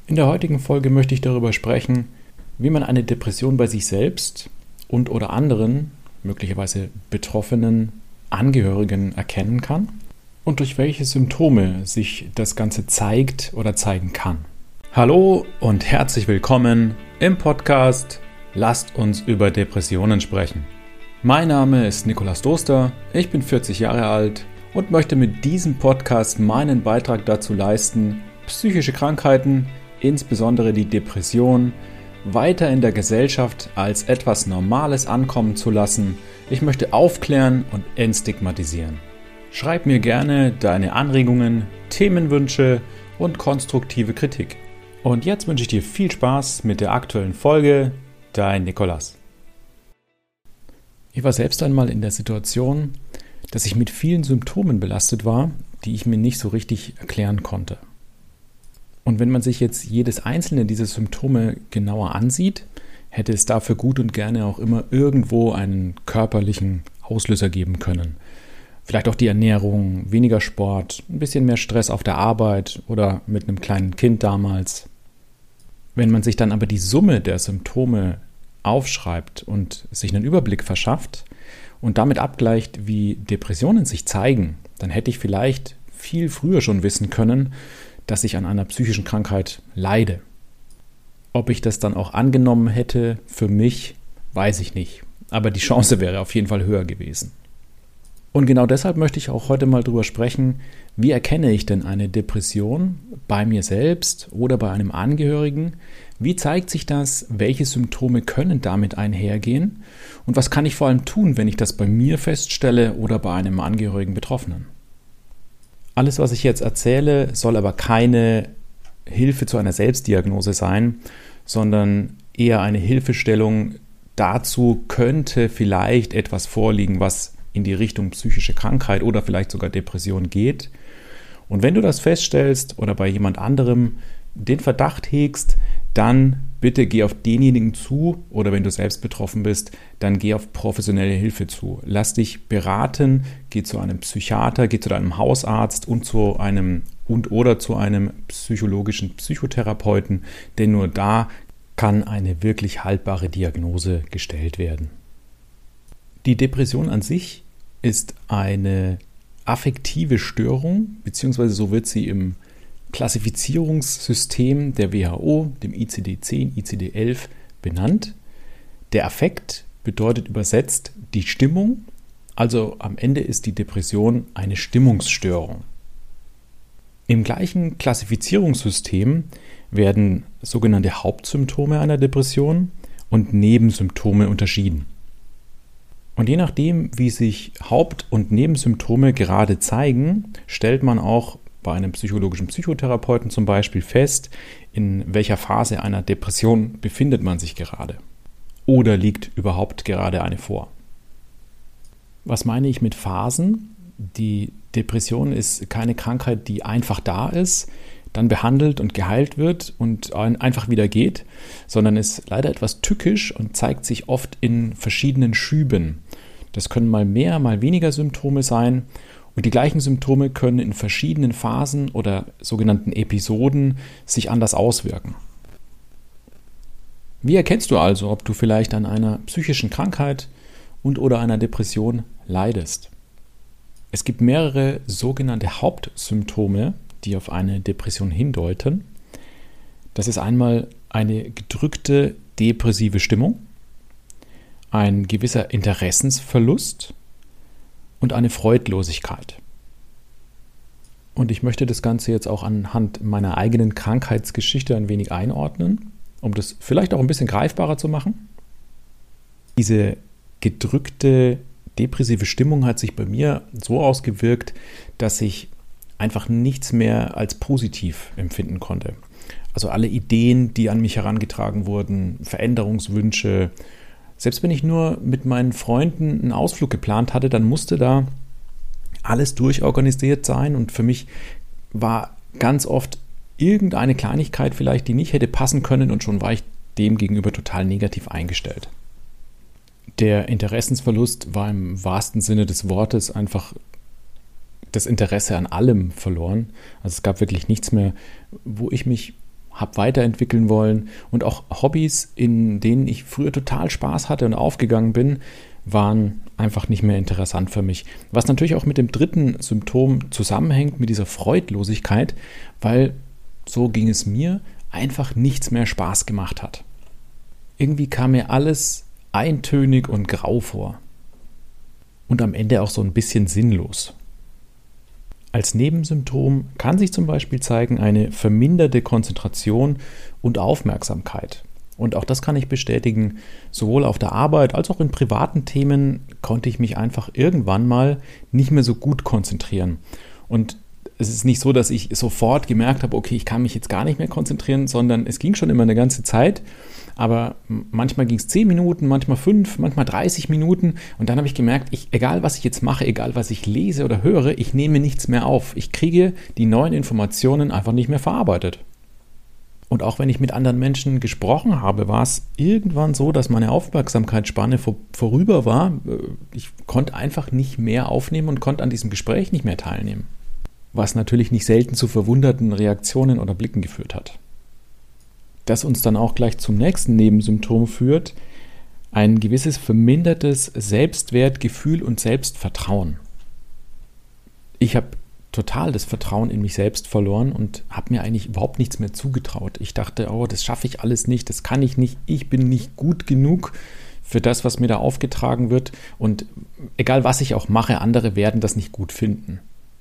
In der heutigen Folge möchte ich darüber sprechen, wie man eine Depression bei sich selbst und/oder anderen, möglicherweise betroffenen Angehörigen erkennen kann und durch welche Symptome sich das Ganze zeigt oder zeigen kann. Hallo und herzlich willkommen im Podcast Lasst uns über Depressionen sprechen. Mein Name ist Nikolaus Doster, ich bin 40 Jahre alt und möchte mit diesem Podcast meinen Beitrag dazu leisten, psychische Krankheiten, insbesondere die Depression, weiter in der Gesellschaft als etwas Normales ankommen zu lassen. Ich möchte aufklären und entstigmatisieren. Schreib mir gerne deine Anregungen, Themenwünsche und konstruktive Kritik. Und jetzt wünsche ich dir viel Spaß mit der aktuellen Folge. Dein Nikolaus. Ich war selbst einmal in der Situation, dass ich mit vielen Symptomen belastet war, die ich mir nicht so richtig erklären konnte. Und wenn man sich jetzt jedes einzelne dieser Symptome genauer ansieht, hätte es dafür gut und gerne auch immer irgendwo einen körperlichen Auslöser geben können. Vielleicht auch die Ernährung, weniger Sport, ein bisschen mehr Stress auf der Arbeit oder mit einem kleinen Kind damals. Wenn man sich dann aber die Summe der Symptome aufschreibt und sich einen Überblick verschafft und damit abgleicht, wie Depressionen sich zeigen, dann hätte ich vielleicht viel früher schon wissen können, dass ich an einer psychischen Krankheit leide. Ob ich das dann auch angenommen hätte für mich, weiß ich nicht. Aber die Chance wäre auf jeden Fall höher gewesen. Und genau deshalb möchte ich auch heute mal drüber sprechen, wie erkenne ich denn eine Depression bei mir selbst oder bei einem Angehörigen? Wie zeigt sich das? Welche Symptome können damit einhergehen? Und was kann ich vor allem tun, wenn ich das bei mir feststelle oder bei einem Angehörigen Betroffenen? Alles, was ich jetzt erzähle, soll aber keine Hilfe zu einer Selbstdiagnose sein, sondern eher eine Hilfestellung dazu, könnte vielleicht etwas vorliegen, was in die Richtung psychische Krankheit oder vielleicht sogar Depression geht. Und wenn du das feststellst oder bei jemand anderem den Verdacht hegst, dann bitte geh auf denjenigen zu oder wenn du selbst betroffen bist, dann geh auf professionelle Hilfe zu. Lass dich beraten, geh zu einem Psychiater, geh zu deinem Hausarzt und zu einem psychologischen Psychotherapeuten, denn nur da kann eine wirklich haltbare Diagnose gestellt werden. Die Depression an sich ist eine affektive Störung, beziehungsweise so wird sie im Klassifizierungssystem der WHO, dem ICD-10, ICD-11 benannt. Der Affekt bedeutet übersetzt die Stimmung, also am Ende ist die Depression eine Stimmungsstörung. Im gleichen Klassifizierungssystem werden sogenannte Hauptsymptome einer Depression und Nebensymptome unterschieden. Und je nachdem, wie sich Haupt- und Nebensymptome gerade zeigen, stellt man auch bei einem psychologischen Psychotherapeuten zum Beispiel fest, in welcher Phase einer Depression befindet man sich gerade. Oder liegt überhaupt gerade eine vor? Was meine ich mit Phasen? Die Depression ist keine Krankheit, die einfach da ist, dann behandelt und geheilt wird und einfach wieder geht, sondern ist leider etwas tückisch und zeigt sich oft in verschiedenen Schüben. Das können mal mehr, mal weniger Symptome sein und die gleichen Symptome können in verschiedenen Phasen oder sogenannten Episoden sich anders auswirken. Wie erkennst du also, ob du vielleicht an einer psychischen Krankheit und/oder einer Depression leidest? Es gibt mehrere sogenannte Hauptsymptome, die auf eine Depression hindeuten. Das ist einmal eine gedrückte depressive Stimmung, ein gewisser Interessensverlust und eine Freudlosigkeit. Und ich möchte das Ganze jetzt auch anhand meiner eigenen Krankheitsgeschichte ein wenig einordnen, um das vielleicht auch ein bisschen greifbarer zu machen. Diese gedrückte depressive Stimmung hat sich bei mir so ausgewirkt, dass ich einfach nichts mehr als positiv empfinden konnte. Also alle Ideen, die an mich herangetragen wurden, Veränderungswünsche. Selbst wenn ich nur mit meinen Freunden einen Ausflug geplant hatte, dann musste da alles durchorganisiert sein und für mich war ganz oft irgendeine Kleinigkeit vielleicht, die nicht hätte passen können und schon war ich dem gegenüber total negativ eingestellt. Der Interessensverlust war im wahrsten Sinne des Wortes einfach das Interesse an allem verloren. Also es gab wirklich nichts mehr, wo ich mich habe weiterentwickeln wollen und auch Hobbys, in denen ich früher total Spaß hatte und aufgegangen bin, waren einfach nicht mehr interessant für mich. Was natürlich auch mit dem dritten Symptom zusammenhängt, mit dieser Freudlosigkeit, weil so ging es mir, einfach nichts mehr Spaß gemacht hat. Irgendwie kam mir alles eintönig und grau vor. Und am Ende auch so ein bisschen sinnlos. Als Nebensymptom kann sich zum Beispiel zeigen eine verminderte Konzentration und Aufmerksamkeit. Und auch das kann ich bestätigen, sowohl auf der Arbeit als auch in privaten Themen konnte ich mich einfach irgendwann mal nicht mehr so gut konzentrieren. Und es ist nicht so, dass ich sofort gemerkt habe, okay, ich kann mich jetzt gar nicht mehr konzentrieren, sondern es ging schon immer eine ganze Zeit. Aber manchmal ging es 10 Minuten, manchmal 5, manchmal 30 Minuten. Und dann habe ich gemerkt, egal was ich jetzt mache, egal was ich lese oder höre, ich nehme nichts mehr auf. Ich kriege die neuen Informationen einfach nicht mehr verarbeitet. Und auch wenn ich mit anderen Menschen gesprochen habe, war es irgendwann so, dass meine Aufmerksamkeitsspanne vorüber war. Ich konnte einfach nicht mehr aufnehmen und konnte an diesem Gespräch nicht mehr teilnehmen. Was natürlich nicht selten zu verwunderten Reaktionen oder Blicken geführt hat. Das uns dann auch gleich zum nächsten Nebensymptom führt, ein gewisses vermindertes Selbstwertgefühl und Selbstvertrauen. Ich habe total das Vertrauen in mich selbst verloren und habe mir eigentlich überhaupt nichts mehr zugetraut. Ich dachte, oh, das schaffe ich alles nicht, das kann ich nicht, ich bin nicht gut genug für das, was mir da aufgetragen wird und egal was ich auch mache, andere werden das nicht gut finden.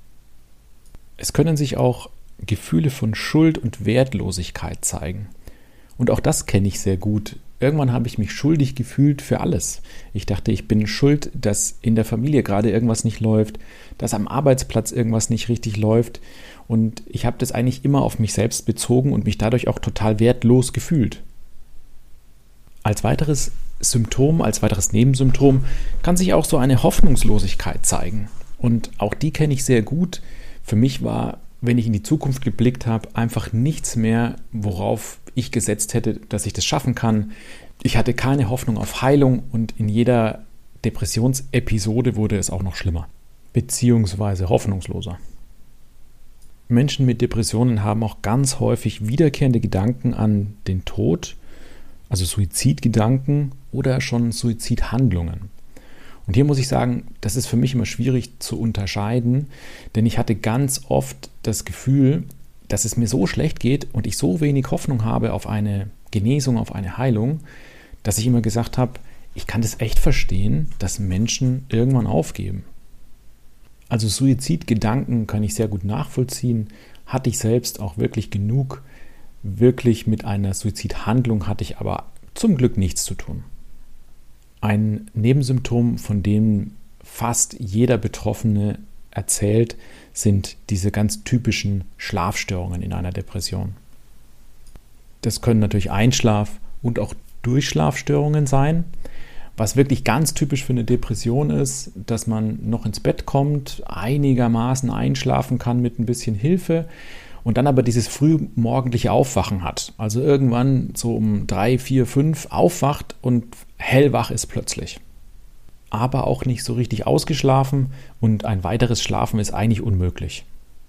Es können sich auch Gefühle von Schuld und Wertlosigkeit zeigen. Und auch das kenne ich sehr gut. Irgendwann habe ich mich schuldig gefühlt für alles. Ich dachte, ich bin schuld, dass in der Familie gerade irgendwas nicht läuft, dass am Arbeitsplatz irgendwas nicht richtig läuft. Und ich habe das eigentlich immer auf mich selbst bezogen und mich dadurch auch total wertlos gefühlt. Als weiteres Symptom, als weiteres Nebensymptom kann sich auch so eine Hoffnungslosigkeit zeigen. Und auch die kenne ich sehr gut. Für mich war, wenn ich in die Zukunft geblickt habe, einfach nichts mehr, worauf ich gesetzt hätte, dass ich das schaffen kann. Ich hatte keine Hoffnung auf Heilung und in jeder Depressionsepisode wurde es auch noch schlimmer, beziehungsweise hoffnungsloser. Menschen mit Depressionen haben auch ganz häufig wiederkehrende Gedanken an den Tod, also Suizidgedanken oder schon Suizidhandlungen. Und hier muss ich sagen, das ist für mich immer schwierig zu unterscheiden, denn ich hatte ganz oft das Gefühl, dass es mir so schlecht geht und ich so wenig Hoffnung habe auf eine Genesung, auf eine Heilung, dass ich immer gesagt habe, ich kann das echt verstehen, dass Menschen irgendwann aufgeben. Also Suizidgedanken kann ich sehr gut nachvollziehen, hatte ich selbst auch wirklich genug. Wirklich mit einer Suizidhandlung hatte ich aber zum Glück nichts zu tun. Ein Nebensymptom, von dem fast jeder Betroffene erzählt, sind diese ganz typischen Schlafstörungen in einer Depression. Das können natürlich Einschlaf- und auch Durchschlafstörungen sein. Was wirklich ganz typisch für eine Depression ist, dass man noch ins Bett kommt, einigermaßen einschlafen kann mit ein bisschen Hilfe und dann aber dieses frühmorgendliche Aufwachen hat. Also irgendwann so um 3, 4, 5 aufwacht und hellwach ist plötzlich. Aber auch nicht so richtig ausgeschlafen und ein weiteres Schlafen ist eigentlich unmöglich.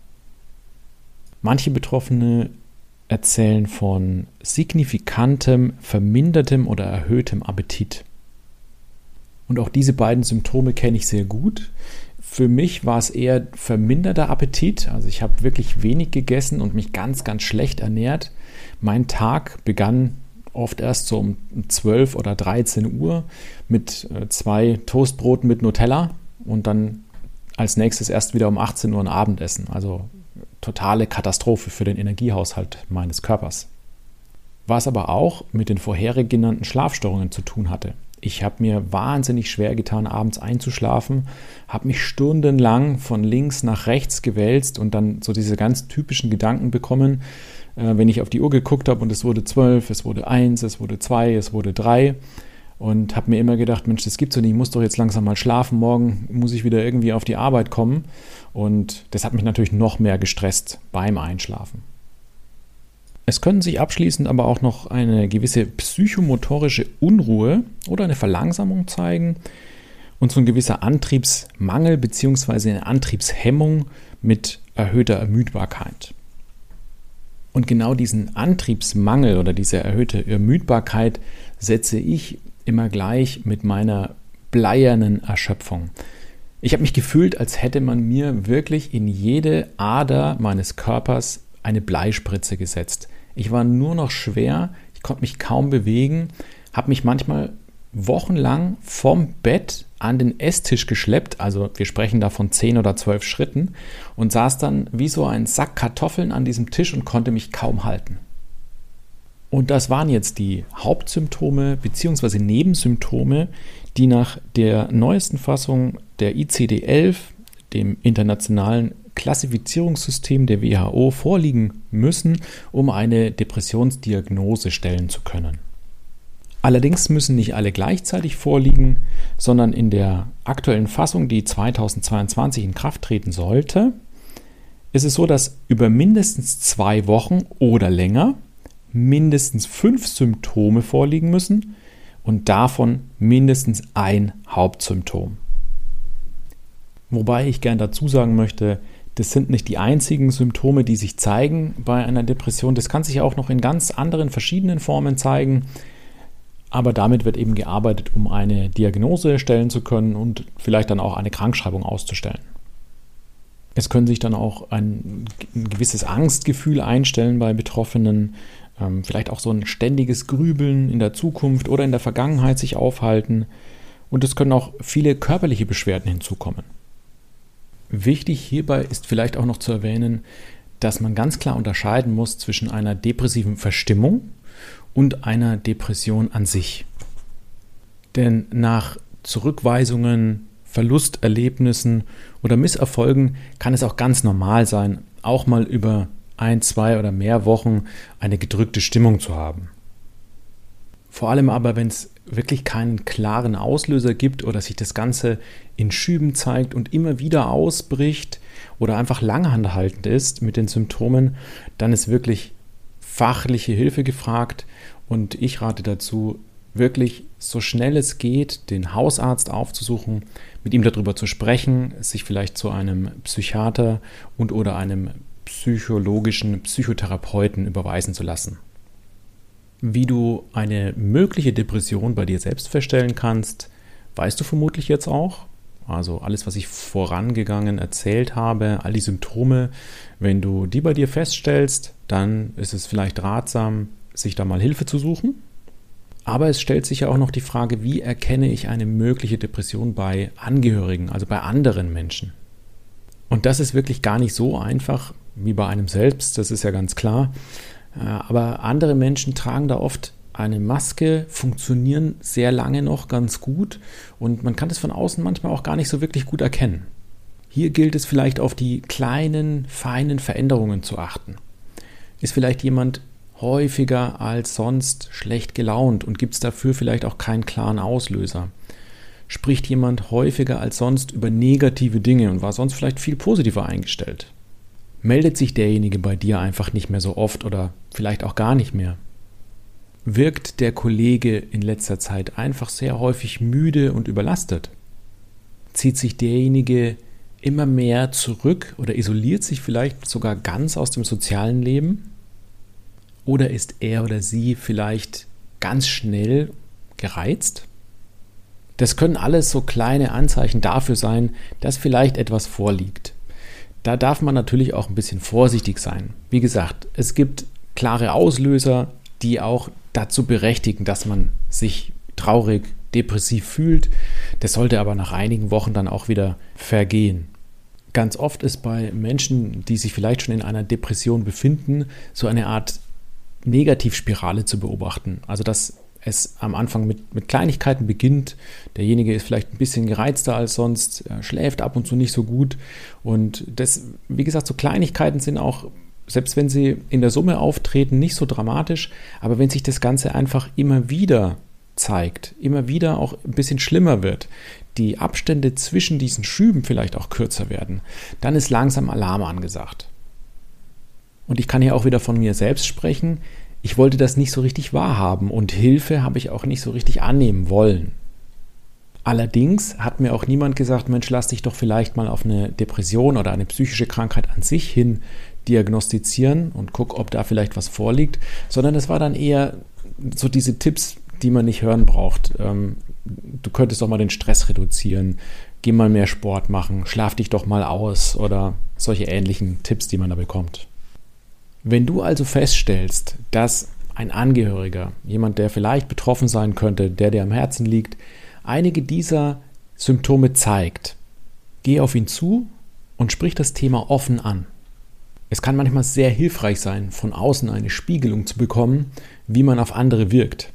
Manche Betroffene erzählen von signifikantem, vermindertem oder erhöhtem Appetit. Und auch diese beiden Symptome kenne ich sehr gut. Für mich war es eher verminderter Appetit. Also ich habe wirklich wenig gegessen und mich ganz, ganz schlecht ernährt. Mein Tag begann oft erst so um 12 oder 13 Uhr mit 2 Toastbroten mit Nutella und dann als nächstes erst wieder um 18 Uhr ein Abendessen. Also totale Katastrophe für den Energiehaushalt meines Körpers. Was aber auch mit den vorherig genannten Schlafstörungen zu tun hatte. Ich habe mir wahnsinnig schwer getan, abends einzuschlafen, habe mich stundenlang von links nach rechts gewälzt und dann so diese ganz typischen Gedanken bekommen, wenn ich auf die Uhr geguckt habe und es wurde 12, es wurde 1, es wurde 2, es wurde 3 und habe mir immer gedacht, Mensch, das gibt's doch nicht, ich muss doch jetzt langsam mal schlafen, morgen muss ich wieder irgendwie auf die Arbeit kommen und das hat mich natürlich noch mehr gestresst beim Einschlafen. Es können sich abschließend aber auch noch eine gewisse psychomotorische Unruhe oder eine Verlangsamung zeigen und so ein gewisser Antriebsmangel bzw. eine Antriebshemmung mit erhöhter Ermüdbarkeit. Und genau diesen Antriebsmangel oder diese erhöhte Ermüdbarkeit setze ich immer gleich mit meiner bleiernen Erschöpfung. Ich habe mich gefühlt, als hätte man mir wirklich in jede Ader meines Körpers eine Bleispritze gesetzt. Ich war nur noch schwer, ich konnte mich kaum bewegen, habe mich manchmal wochenlang vom Bett an den Esstisch geschleppt, also wir sprechen da von 10 oder 12 Schritten, und saß dann wie so ein Sack Kartoffeln an diesem Tisch und konnte mich kaum halten. Und das waren jetzt die Hauptsymptome bzw. Nebensymptome, die nach der neuesten Fassung der ICD-11, dem internationalen Klassifizierungssystem der WHO, vorliegen müssen, um eine Depressionsdiagnose stellen zu können. Allerdings müssen nicht alle gleichzeitig vorliegen, sondern in der aktuellen Fassung, die 2022 in Kraft treten sollte, ist es so, dass über mindestens 2 Wochen oder länger mindestens 5 Symptome vorliegen müssen und davon mindestens ein Hauptsymptom. Wobei ich gern dazu sagen möchte, das sind nicht die einzigen Symptome, die sich zeigen bei einer Depression. Das kann sich auch noch in ganz anderen, verschiedenen Formen zeigen. Aber damit wird eben gearbeitet, um eine Diagnose stellen zu können und vielleicht dann auch eine Krankschreibung auszustellen. Es können sich dann auch ein gewisses Angstgefühl einstellen bei Betroffenen, vielleicht auch so ein ständiges Grübeln in der Zukunft oder in der Vergangenheit sich aufhalten. Und es können auch viele körperliche Beschwerden hinzukommen. Wichtig hierbei ist vielleicht auch noch zu erwähnen, dass man ganz klar unterscheiden muss zwischen einer depressiven Verstimmung und einer Depression an sich. Denn nach Zurückweisungen, Verlusterlebnissen oder Misserfolgen kann es auch ganz normal sein, auch mal über 1, 2 oder mehr Wochen eine gedrückte Stimmung zu haben. Vor allem aber, wenn es wirklich keinen klaren Auslöser gibt oder sich das Ganze in Schüben zeigt und immer wieder ausbricht oder einfach langanhaltend ist mit den Symptomen, dann ist wirklich fachliche Hilfe gefragt und ich rate dazu, wirklich so schnell es geht, den Hausarzt aufzusuchen, mit ihm darüber zu sprechen, sich vielleicht zu einem Psychiater und oder einem psychologischen Psychotherapeuten überweisen zu lassen. Wie du eine mögliche Depression bei dir selbst feststellen kannst, weißt du vermutlich jetzt auch. Also alles, was ich vorangegangen erzählt habe, all die Symptome, wenn du die bei dir feststellst, dann ist es vielleicht ratsam, sich da mal Hilfe zu suchen. Aber es stellt sich ja auch noch die Frage, wie erkenne ich eine mögliche Depression bei Angehörigen, also bei anderen Menschen? Und das ist wirklich gar nicht so einfach wie bei einem selbst, das ist ja ganz klar. Aber andere Menschen tragen da oft eine Maske, funktionieren sehr lange noch ganz gut und man kann das von außen manchmal auch gar nicht so wirklich gut erkennen. Hier gilt es vielleicht auf die kleinen, feinen Veränderungen zu achten. Ist vielleicht jemand häufiger als sonst schlecht gelaunt und gibt es dafür vielleicht auch keinen klaren Auslöser? Spricht jemand häufiger als sonst über negative Dinge und war sonst vielleicht viel positiver eingestellt? Meldet sich derjenige bei dir einfach nicht mehr so oft oder vielleicht auch gar nicht mehr? Wirkt der Kollege in letzter Zeit einfach sehr häufig müde und überlastet? Zieht sich derjenige immer mehr zurück oder isoliert sich vielleicht sogar ganz aus dem sozialen Leben? Oder ist er oder sie vielleicht ganz schnell gereizt? Das können alles so kleine Anzeichen dafür sein, dass vielleicht etwas vorliegt. Da darf man natürlich auch ein bisschen vorsichtig sein. Wie gesagt, es gibt klare Auslöser, die auch dazu berechtigen, dass man sich traurig, depressiv fühlt. Das sollte aber nach einigen Wochen dann auch wieder vergehen. Ganz oft ist bei Menschen, die sich vielleicht schon in einer Depression befinden, so eine Art Negativspirale zu beobachten. Also dass es am Anfang mit Kleinigkeiten beginnt. Derjenige ist vielleicht ein bisschen gereizter als sonst, schläft ab und zu nicht so gut. Und das, wie gesagt, so Kleinigkeiten sind auch, selbst wenn sie in der Summe auftreten, nicht so dramatisch. Aber wenn sich das Ganze einfach immer wieder zeigt, immer wieder auch ein bisschen schlimmer wird, die Abstände zwischen diesen Schüben vielleicht auch kürzer werden, dann ist langsam Alarm angesagt. Und ich kann hier auch wieder von mir selbst sprechen. Ich wollte das nicht so richtig wahrhaben und Hilfe habe ich auch nicht so richtig annehmen wollen. Allerdings hat mir auch niemand gesagt, Mensch, lass dich doch vielleicht mal auf eine Depression oder eine psychische Krankheit an sich hin diagnostizieren und guck, ob da vielleicht was vorliegt, sondern es war dann eher so diese Tipps, die man nicht hören braucht. Du könntest doch mal den Stress reduzieren, geh mal mehr Sport machen, schlaf dich doch mal aus oder solche ähnlichen Tipps, die man da bekommt. Wenn du also feststellst, dass ein Angehöriger, jemand, der vielleicht betroffen sein könnte, der dir am Herzen liegt, einige dieser Symptome zeigt, geh auf ihn zu und sprich das Thema offen an. Es kann manchmal sehr hilfreich sein, von außen eine Spiegelung zu bekommen, wie man auf andere wirkt.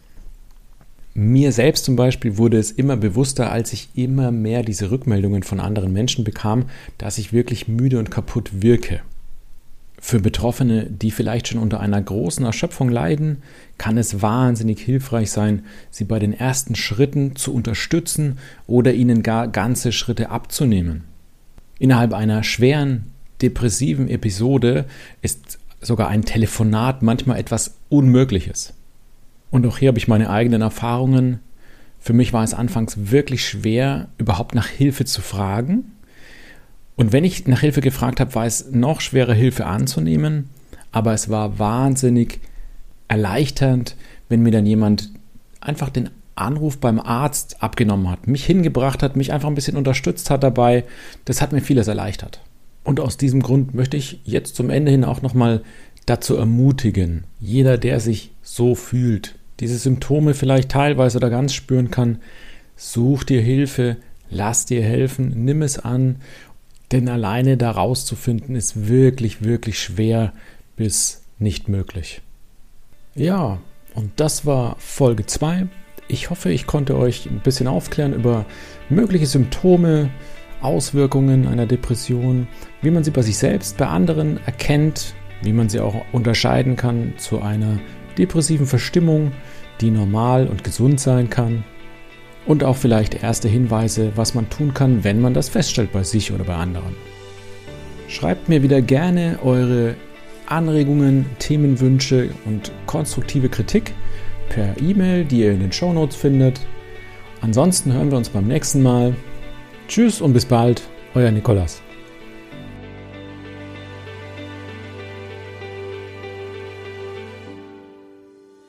Mir selbst zum Beispiel wurde es immer bewusster, als ich immer mehr diese Rückmeldungen von anderen Menschen bekam, dass ich wirklich müde und kaputt wirke. Für Betroffene, die vielleicht schon unter einer großen Erschöpfung leiden, kann es wahnsinnig hilfreich sein, sie bei den ersten Schritten zu unterstützen oder ihnen gar ganze Schritte abzunehmen. Innerhalb einer schweren, depressiven Episode ist sogar ein Telefonat manchmal etwas Unmögliches. Und auch hier habe ich meine eigenen Erfahrungen. Für mich war es anfangs wirklich schwer, überhaupt nach Hilfe zu fragen. Und wenn ich nach Hilfe gefragt habe, war es noch schwerer, Hilfe anzunehmen. Aber es war wahnsinnig erleichternd, wenn mir dann jemand einfach den Anruf beim Arzt abgenommen hat, mich hingebracht hat, mich einfach ein bisschen unterstützt hat dabei. Das hat mir vieles erleichtert. Und aus diesem Grund möchte ich jetzt zum Ende hin auch nochmal dazu ermutigen, jeder, der sich so fühlt, diese Symptome vielleicht teilweise oder ganz spüren kann, such dir Hilfe, lass dir helfen, nimm es an. Denn alleine da rauszufinden ist wirklich, wirklich schwer bis nicht möglich. Ja, und das war Folge 2. Ich hoffe, ich konnte euch ein bisschen aufklären über mögliche Symptome, Auswirkungen einer Depression, wie man sie bei sich selbst, bei anderen erkennt, wie man sie auch unterscheiden kann zu einer depressiven Verstimmung, die normal und gesund sein kann. Und auch vielleicht erste Hinweise, was man tun kann, wenn man das feststellt bei sich oder bei anderen. Schreibt mir wieder gerne eure Anregungen, Themenwünsche und konstruktive Kritik per E-Mail, die ihr in den Shownotes findet. Ansonsten hören wir uns beim nächsten Mal. Tschüss und bis bald, euer Nikolas.